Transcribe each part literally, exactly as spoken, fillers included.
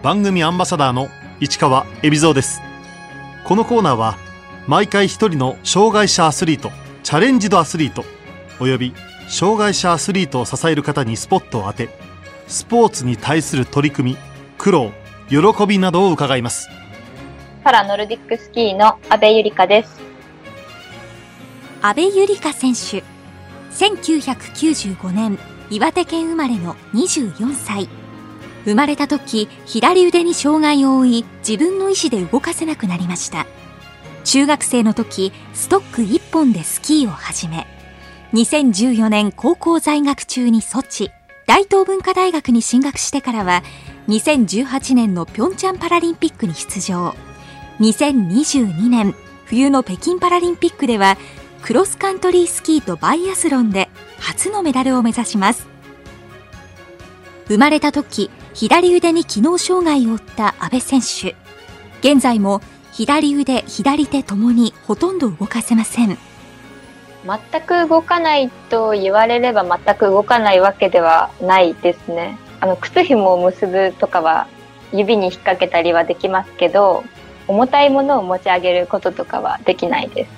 番組アンバサダーの市川海老蔵です。このコーナーは毎回一人の障害者アスリート、チャレンジドアスリートおよび障害者アスリートを支える方にスポットを当て、スポーツに対する取り組み、苦労、喜びなどを伺います。 パラノルディックスキーの阿部ゆりかです。 阿部ゆりか選手、せんきゅうひゃくきゅうじゅうごねん岩手県生まれのにじゅうよんさい。生まれた時、左腕に障害を負い、自分の意思で動かせなくなりました。中学生の時、ストックいっぽんでスキーを始め、にせんじゅうよねん高校在学中にソチ、大東文化大学に進学してからは、にせんじゅうはちねんのピョンチャンパラリンピックに出場。にせんにじゅうにねん冬の北京パラリンピックでは、クロスカントリースキーとバイアスロンで初のメダルを目指します。生まれた時、左腕に機能障害を負った阿部選手。現在も左腕、左手ともにほとんど動かせません。 全く動かないと言われれば全く動かないわけではないですね。あの靴紐を結ぶとかは指に引っ掛けたりはできますけど、重たいものを持ち上げることとかはできないです。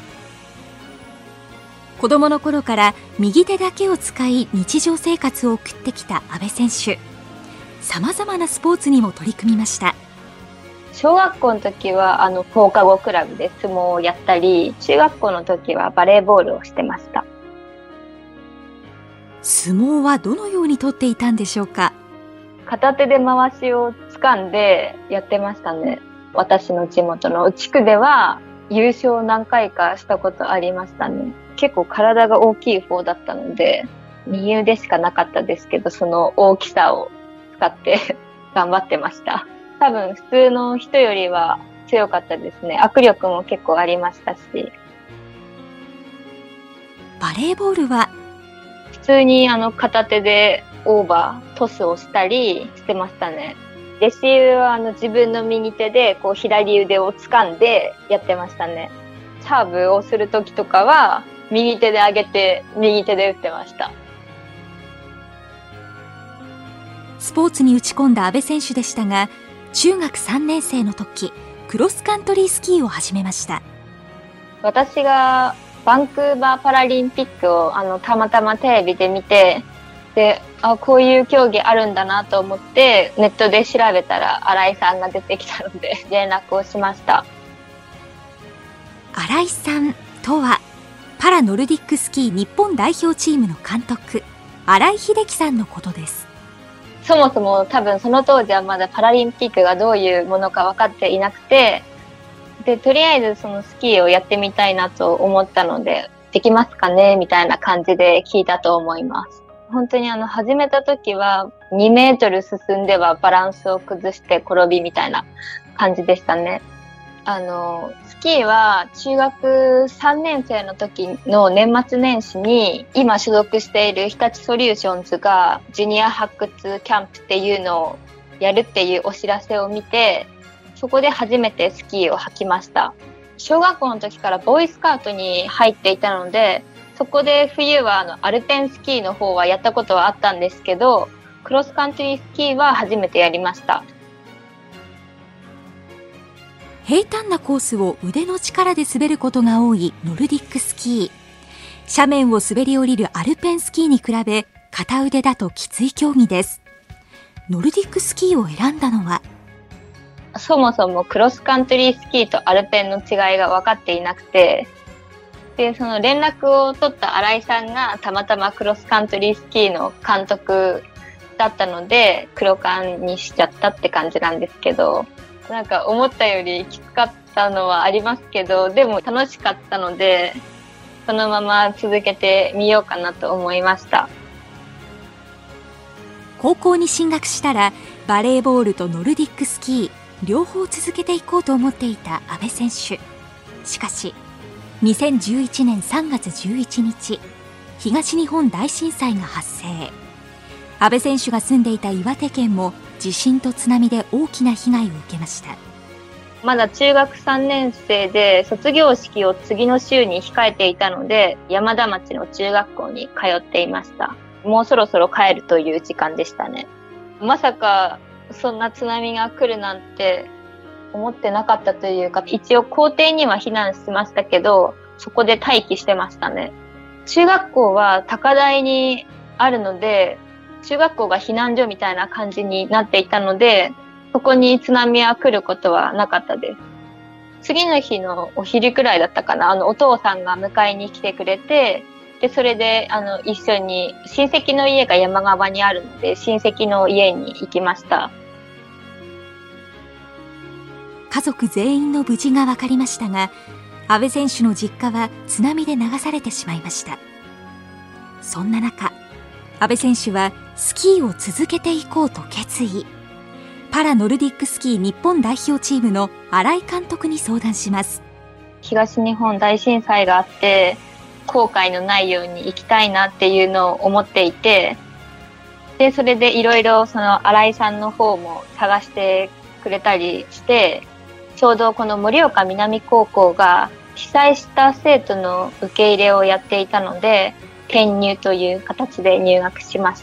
子供の頃から右手だけを使い日常生活を送ってきた阿部選手。様々なスポーツにも取り組みました。 小学校の時はあの放課後クラブで相撲をやったり、中学校の時はバレーボールをしてました。 相撲はどのように取っていたんでしょうか。 片手で回しを掴んでやってましたね。私の地元の地区では優勝何回かしたことありましたね。結構体が大きい方だったので、右腕しかなかったですけど、その大きさを使って頑張ってました。多分普通の人よりは強かったですね。握力も結構ありましたし。 バレーボールは普通にあの片手でオーバー、トスをしたりしてましたね。レシーブはあの自分の右手でこう左腕を掴んでやってましたね。サーブをするときとかは右手で上げて右手で打ってました。 スポーツに打ち込んだ阿部選手でしたが、中学さんねん生の時、クロスカントリースキーを始めました。 私がバンクーバーパラリンピックをあのたまたまテレビで見て、で、あ、こういう競技あるんだなと思ってネットで調べたら新井さんが出てきたので連絡をしました。 新井さんとはパラノルディックスキー日本代表チームの監督、新井秀樹さんのことです。 そもそも多分その当時はまだパラリンピックがどういうものか分かっていなくて、でとりあえずそのスキーをやってみたいなと思ったので、できますかねみたいな感じで聞いたと思います。本当にあの始めた時はにメートル進んではバランスを崩して転びみたいな感じでしたね。あのスキーは中学さんねん生の時の年末年始に今所属している日立ソリューションズがジュニア発掘キャンプっていうのをやるっていうお知らせを見て、そこで初めてスキーを履きました。小学校の時からボーイスカウトに入っていたので、そこで冬はあのアルペンスキーの方はやったことはあったんですけど、クロスカントリースキーは初めてやりました。 平坦なコースを腕の力で滑ることが多いノルディックスキー。斜面を滑り降りるアルペンスキーに比べ、片腕だときつい競技です。ノルディックスキーを選んだのは、 そもそもクロスカントリースキーとアルペンの違いが分かっていなくて、でその連絡を取った新井さんがたまたまクロスカントリースキーの監督だったので、黒缶にしちゃったって感じなんですけど、なんか思ったよりきつかったのはありますけど、でも楽しかったのでそのまま続けてみようかなと思いました。 高校に進学したらバレーボールとノルディックスキー両方続けていこうと思っていた阿部選手。しかしにせんじゅういちねんさんがつじゅういちにち、東日本大震災が発生。阿部選手が住んでいた岩手県も地震と津波で大きな被害を受けました。 まだ中学さんねん生で卒業式を次の週に控えていたので、山田町の中学校に通っていました。もうそろそろ帰るという時間でしたね。まさかそんな津波が来るなんて思ってなかったというか、一応校庭には避難しましたけど、そこで待機してましたね。中学校は高台にあるので、中学校が避難所みたいな感じになっていたので、そこに津波は来ることはなかったです。次の日のお昼くらいだったかな、あの、お父さんが迎えに来てくれて、で、それで、あの、一緒に、親戚の家が山側にあるので、親戚の家に行きました。 家族全員の無事が分かりましたが、阿部選手の実家は津波で流されてしまいました。そんな中、阿部選手はスキーを続けていこうと決意。パラノルディックスキー日本代表チームの新井監督に相談します。 東日本大震災があって、後悔のないように行きたいなっていうのを思っていて、で、それでいろいろその新井さんの方も探してくれたりして、ちょうどこの盛岡南高校が被災した生徒の受け入れをやっていたので、転入という形で入学しました。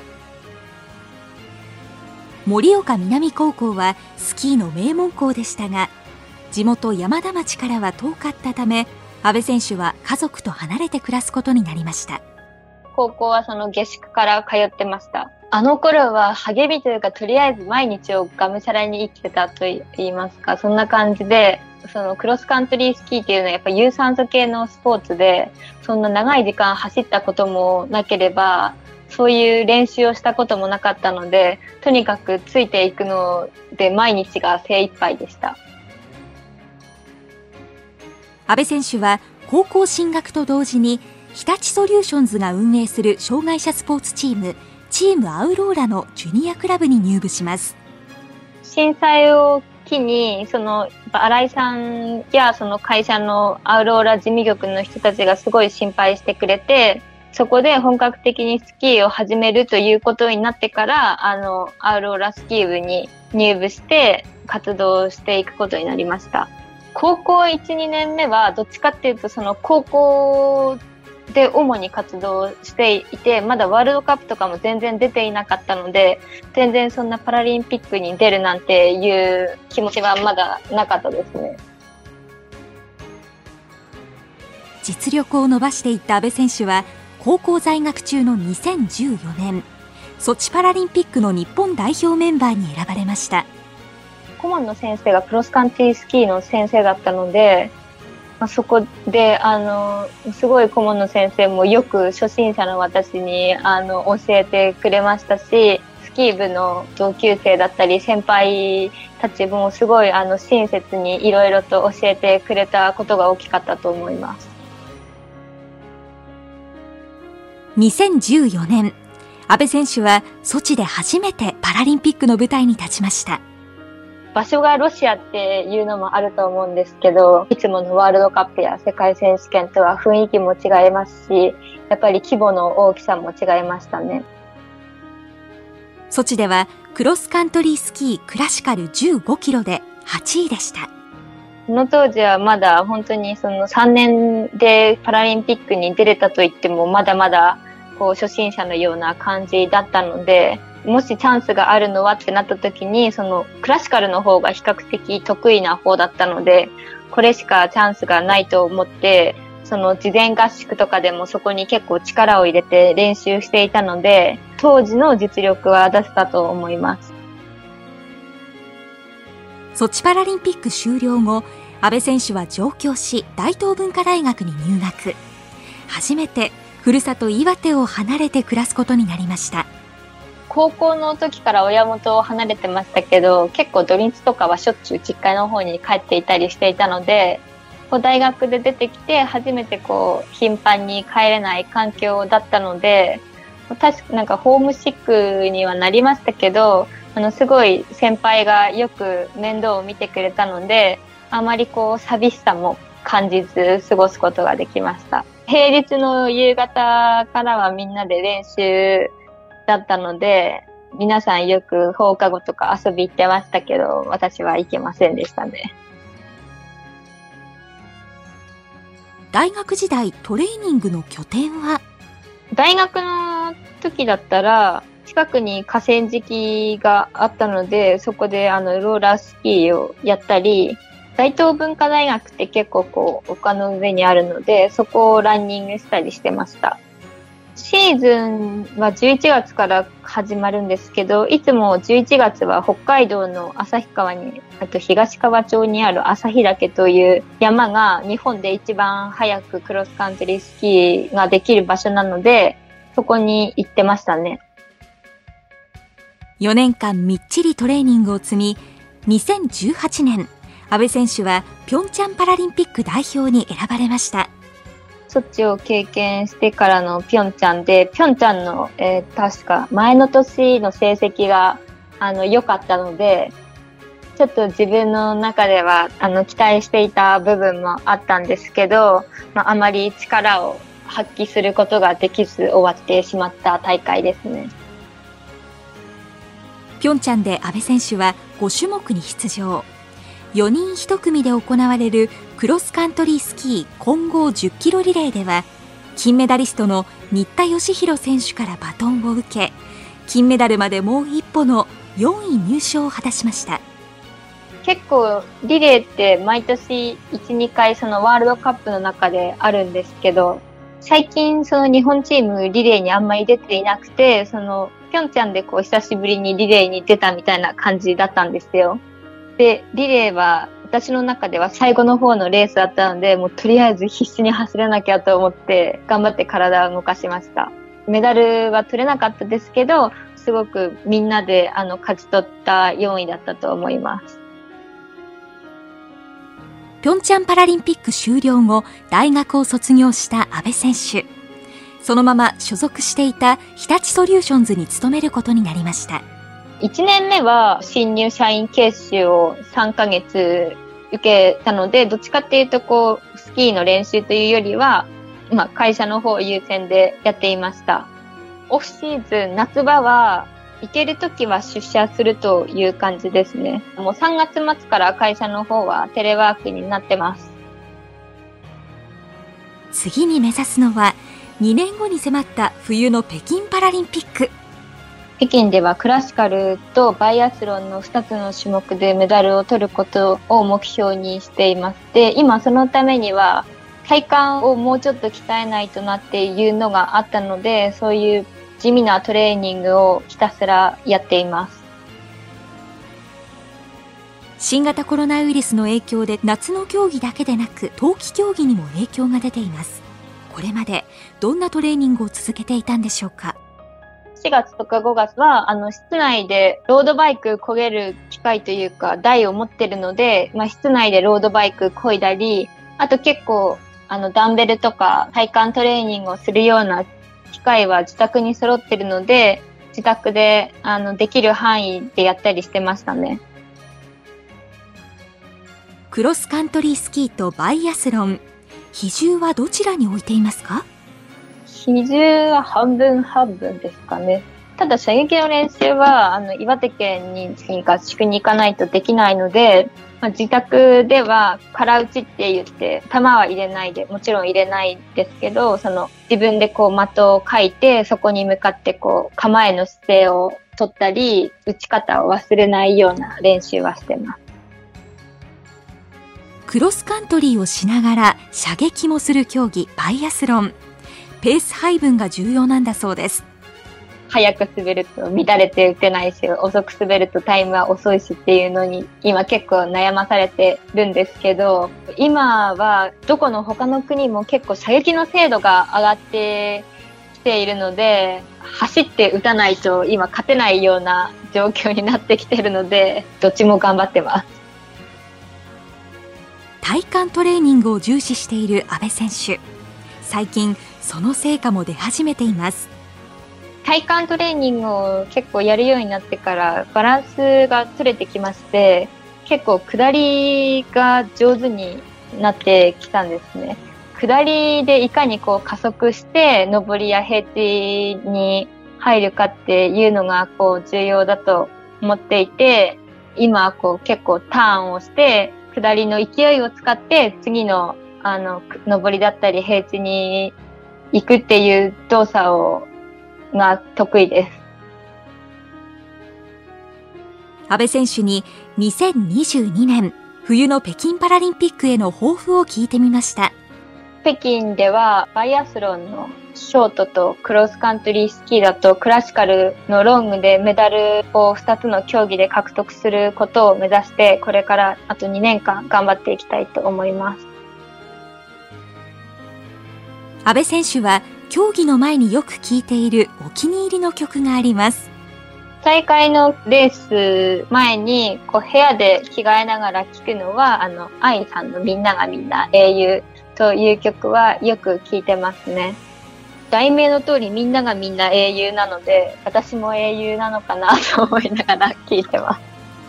盛岡南高校はスキーの名門校でしたが、地元山田町からは遠かったため、阿部選手は家族と離れて暮らすことになりました。 高校はその下宿から通ってました。あの頃は励みというか、とりあえず毎日をがむしゃらに生きてたと言いますか、そんな感じで、そのクロスカントリースキーっていうのはやっぱ有酸素系のスポーツで、そんな長い時間走ったこともなければ、そういう練習をしたこともなかったので、とにかくついていくので毎日が精一杯でした。 阿部選手は高校進学と同時に日立ソリューションズが運営する障害者スポーツチームチームアウローラのジュニアクラブに入部します。 震災を機にその新井さんやその会社のアウローラ事務局の人たちがすごい心配してくれて、そこで本格的にスキーを始めるということになってから、あのアウローラスキー部に入部して活動していくことになりました。高校いち、にねんめはどっちかっていうとその高校で主に活動していて、まだワールドカップとかも全然出ていなかったので、全然そんなパラリンピックに出るなんていう気持ちはまだなかったですね。 実力を伸ばしていった阿部選手は高校在学中のにせんじゅうよねんソチパラリンピックの日本代表メンバーに選ばれました。 顧問の先生がクロスカントリースキーの先生だったので、まあ、そこであのすごい顧問の先生もよく初心者の私にあの教えてくれましたし、スキー部の同級生だったり先輩たちもすごいあの親切にいろいろと教えてくれたことが大きかったと思います。 にせんじゅうよねん、阿部選手はソチで初めてパラリンピックの舞台に立ちました。 場所がロシアっていうのもあると思うんですけど、いつものワールドカップや世界選手権とは雰囲気も違いますし、やっぱり規模の大きさも違いましたね。 ソチではクロスカントリースキークラシカルじゅうごキロではちいでした。 その当時はまだ本当にそのさんねんでパラリンピックに出れたといってもまだまだこう初心者のような感じだったので、もしチャンスがあるのはってなった時に、そのクラシカルの方が比較的得意な方だったので、これしかチャンスがないと思って、その事前合宿とかでもそこに結構力を入れて練習していたので、当時の実力は出せたと思います。 ソチパラリンピック終了後、阿部選手は上京し大東文化大学に入学。初めてふるさと岩手を離れて暮らすことになりました。 高校の時から親元を離れてましたけど、結構土日とかはしょっちゅう実家の方に帰っていたりしていたので、こう大学で出てきて初めてこう頻繁に帰れない環境だったので、確かなんかホームシックにはなりましたけど、あのすごい先輩がよく面倒を見てくれたので、あまりこう寂しさも感じず過ごすことができました。平日の夕方からはみんなで練習だったので、皆さんよく放課後とか遊び行ってましたけど、私は行けませんでしたね。 大学時代トレーニングの拠点は？ 大学の時だったら近くに河川敷があったので、そこであのローラースキーをやったり、大東文化大学って結構こう丘の上にあるので、そこをランニングしたりしてました。シーズンはじゅういちがつから始まるんですけど、いつもじゅういちがつは北海道の旭川に、あと東川町にある旭岳という山が日本で一番早くクロスカントリースキーができる場所なので、そこに行ってましたね。 よねんかんみっちりトレーニングを積み、にせんじゅうはちねん、阿部選手はピョンチャンパラリンピック代表に選ばれました。 ソチを経験してからのピョンチャンで、ピョンチャンの、えー、確か前の年の成績があの良かったので、ちょっと自分の中ではあの期待していた部分もあったんですけど、まあ、あまり力を発揮することができず終わってしまった大会ですね。 ピョンチャンで阿部選手はごしゅもくに出場。よにんいち組で行われるクロスカントリースキー混合じゅっキロリレーでは、金メダリストの新田佳浩選手からバトンを受け、金メダルまでもう一歩のよんい入賞を果たしました。 結構リレーって毎年いち、にかいそのワールドカップの中であるんですけど、最近その日本チームリレーにあんまり出ていなくて、そのピョンチャンでこう久しぶりにリレーに出たみたいな感じだったんですよ。で、リレーは私の中では最後の方のレースだったので、もうとりあえず必死に走らなきゃと思って頑張って体を動かしました。メダルは取れなかったですけど、すごくみんなであの勝ち取ったよんいだったと思います。 ピョンチャンパラリンピック終了後、大学を卒業した阿部選手。そのまま所属していた日立ソリューションズに勤めることになりました。 いちねんめは新入社員研修をさんかげつ受けたので、どっちかっていうとこうスキーの練習というよりは、まあ、会社の方を優先でやっていました。オフシーズン、夏場は行けるときは出社するという感じですね。もうさんがつまつから会社の方はテレワークになってます。 次に目指すのはにねんごに迫った冬の北京パラリンピック。 北京ではクラシカルとバイアスロンのふたつの種目でメダルを取ることを目標にしています。で、今そのためには体幹をもうちょっと鍛えないとなっていうのがあったので、そういう地味なトレーニングをひたすらやっています。 新型コロナウイルスの影響で夏の競技だけでなく冬季競技にも影響が出ています。これまでどんなトレーニングを続けていたんでしょうか。 しがつとかごがつはあの室内でロードバイク漕げる機会というか台を持ってるので、まあ、室内でロードバイク漕いだり、あと結構あのダンベルとか体幹トレーニングをするような機会は自宅に揃ってるので、自宅であのできる範囲でやったりしてましたね。 クロスカントリースキーとバイアスロン、比重はどちらに置いていますか？ 比重は半分半分ですかね。ただ射撃の練習はあの岩手県に合宿に行かないとできないので、まあ、自宅では空打ちって言って球は入れないで、もちろん入れないですけど、その自分でこう的を書いてそこに向かってこう構えの姿勢を取ったり、打ち方を忘れないような練習はしてます。 クロスカントリーをしながら射撃もする競技バイアスロン。ペース配分が重要なんだそうです。 早く滑ると乱れて打てないし、遅く滑るとタイムは遅いしっていうのに今結構悩まされてるんですけど、今はどこの他の国も結構射撃の精度が上がってきているので、走って打たないと今勝てないような状況になってきてるので、どっちも頑張ってます。 体幹トレーニングを重視している阿部選手。最近その成果も出始めています。 体幹トレーニングを結構やるようになってからバランスが取れてきまして、結構下りが上手になってきたんですね。下りでいかにこう加速して上りや平地に入るかっていうのがこう重要だと思っていて、今こう結構ターンをして下りの勢いを使って次のあの上りだったり平地に行くっていう動作をが得意です。 阿部選手ににせんにじゅうにねん冬の北京パラリンピックへの抱負を聞いてみました。 北京ではバイアスロンのショートとクロスカントリースキーだとクラシカルのロングでメダルをふたつの競技で獲得することを目指してこれからあとにねんかん頑張っていきたいと思います。 阿部選手は競技の前によく聴いているお気に入りの曲があります。 大会のレース前にこう部屋で着替えながら聴くのはあの愛さんのみんながみんな英雄という曲はよく聴いてますね。題名の通りみんながみんな英雄なので私も英雄なのかなと思いながら聴いてます。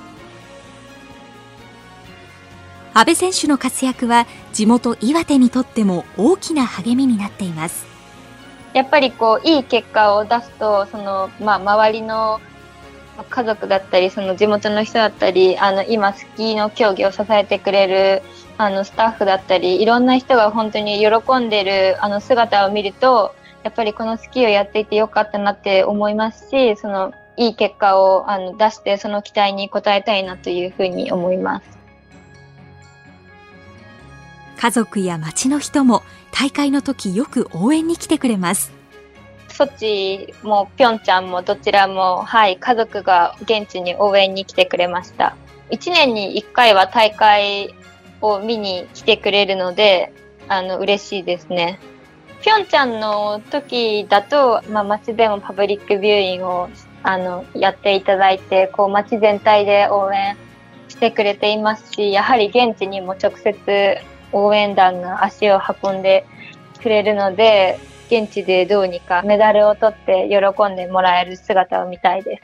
阿部選手の活躍は地元岩手にとっても大きな励みになっています。 やっぱりこういい結果を出すとその、まあ、周りの家族だったりその地元の人だったりあの今スキーの競技を支えてくれるあのスタッフだったりいろんな人が本当に喜んでるあの姿を見るとやっぱりこのスキーをやっていてよかったなって思いますしそのいい結果をあの出してその期待に応えたいなというふうに思います。 家族や町の人も大会の時よく応援に来てくれます。 ソチもピョンチャンもどちらも、はい、家族が現地に応援に来てくれました。いちねんにいっかいは大会を見に来てくれるので、あの、嬉しいですね。ピョンチャンの時だと、まあ、街でもパブリックビューイングを、あの、やっていただいて、こう、街全体で応援してくれていますし、やはり現地にも直接応援団が足を運んでくれるので、現地でどうにかメダルを取って喜んでもらえる姿を見たいです。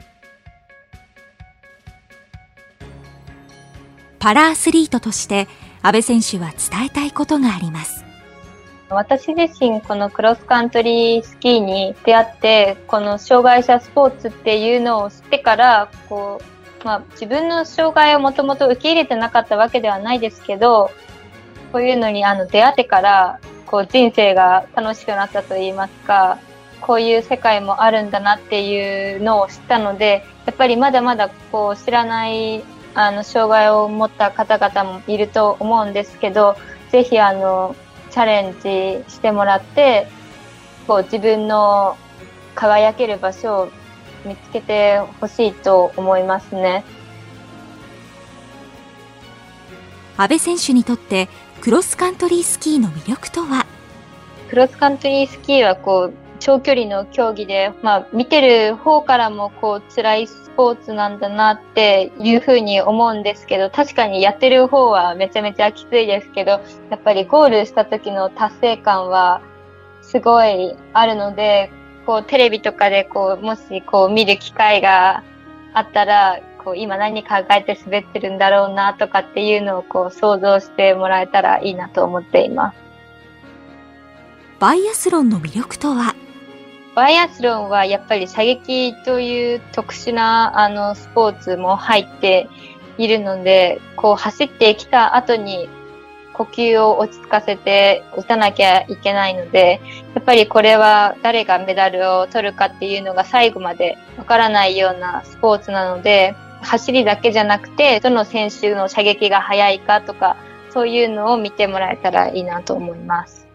パラアスリートとして阿部選手は伝えたいことがあります。 私自身このクロスカントリースキーに出会ってこの障害者スポーツっていうのを知ってからこう、まあ、自分の障害をもともと受け入れてなかったわけではないですけどこういうのにあの出会ってからこう人生が楽しくなったといいますか、こういう世界もあるんだなっていうのを知ったので、やっぱりまだまだこう知らないあの障害を持った方々もいると思うんですけど、ぜひあのチャレンジしてもらって、こう自分の輝ける場所を見つけてほしいと思いますね。 阿部選手にとってクロスカントリースキーの魅力とは？ クロスカントリースキーはこう長距離の競技で、まあ見てる方からもこう辛いスポーツなんだなっていうふうに思うんですけど、確かにやってる方はめちゃめちゃきついですけど、やっぱりゴールした時の達成感はすごいあるので、こうテレビとかでこうもしこう見る機会があったら、こう今何考えて滑ってるんだろうなとかっていうのをこう想像してもらえたらいいなと思っています。 バイアスロンの魅力とは？ バイアスロンはやっぱり射撃という特殊なあのスポーツも入っているので、こう走ってきた後に呼吸を落ち着かせて打たなきゃいけないので、やっぱりこれは誰がメダルを取るかっていうのが最後までわからないようなスポーツなので、走りだけじゃなくてどの選手の射撃が速いかとかそういうのを見てもらえたらいいなと思います。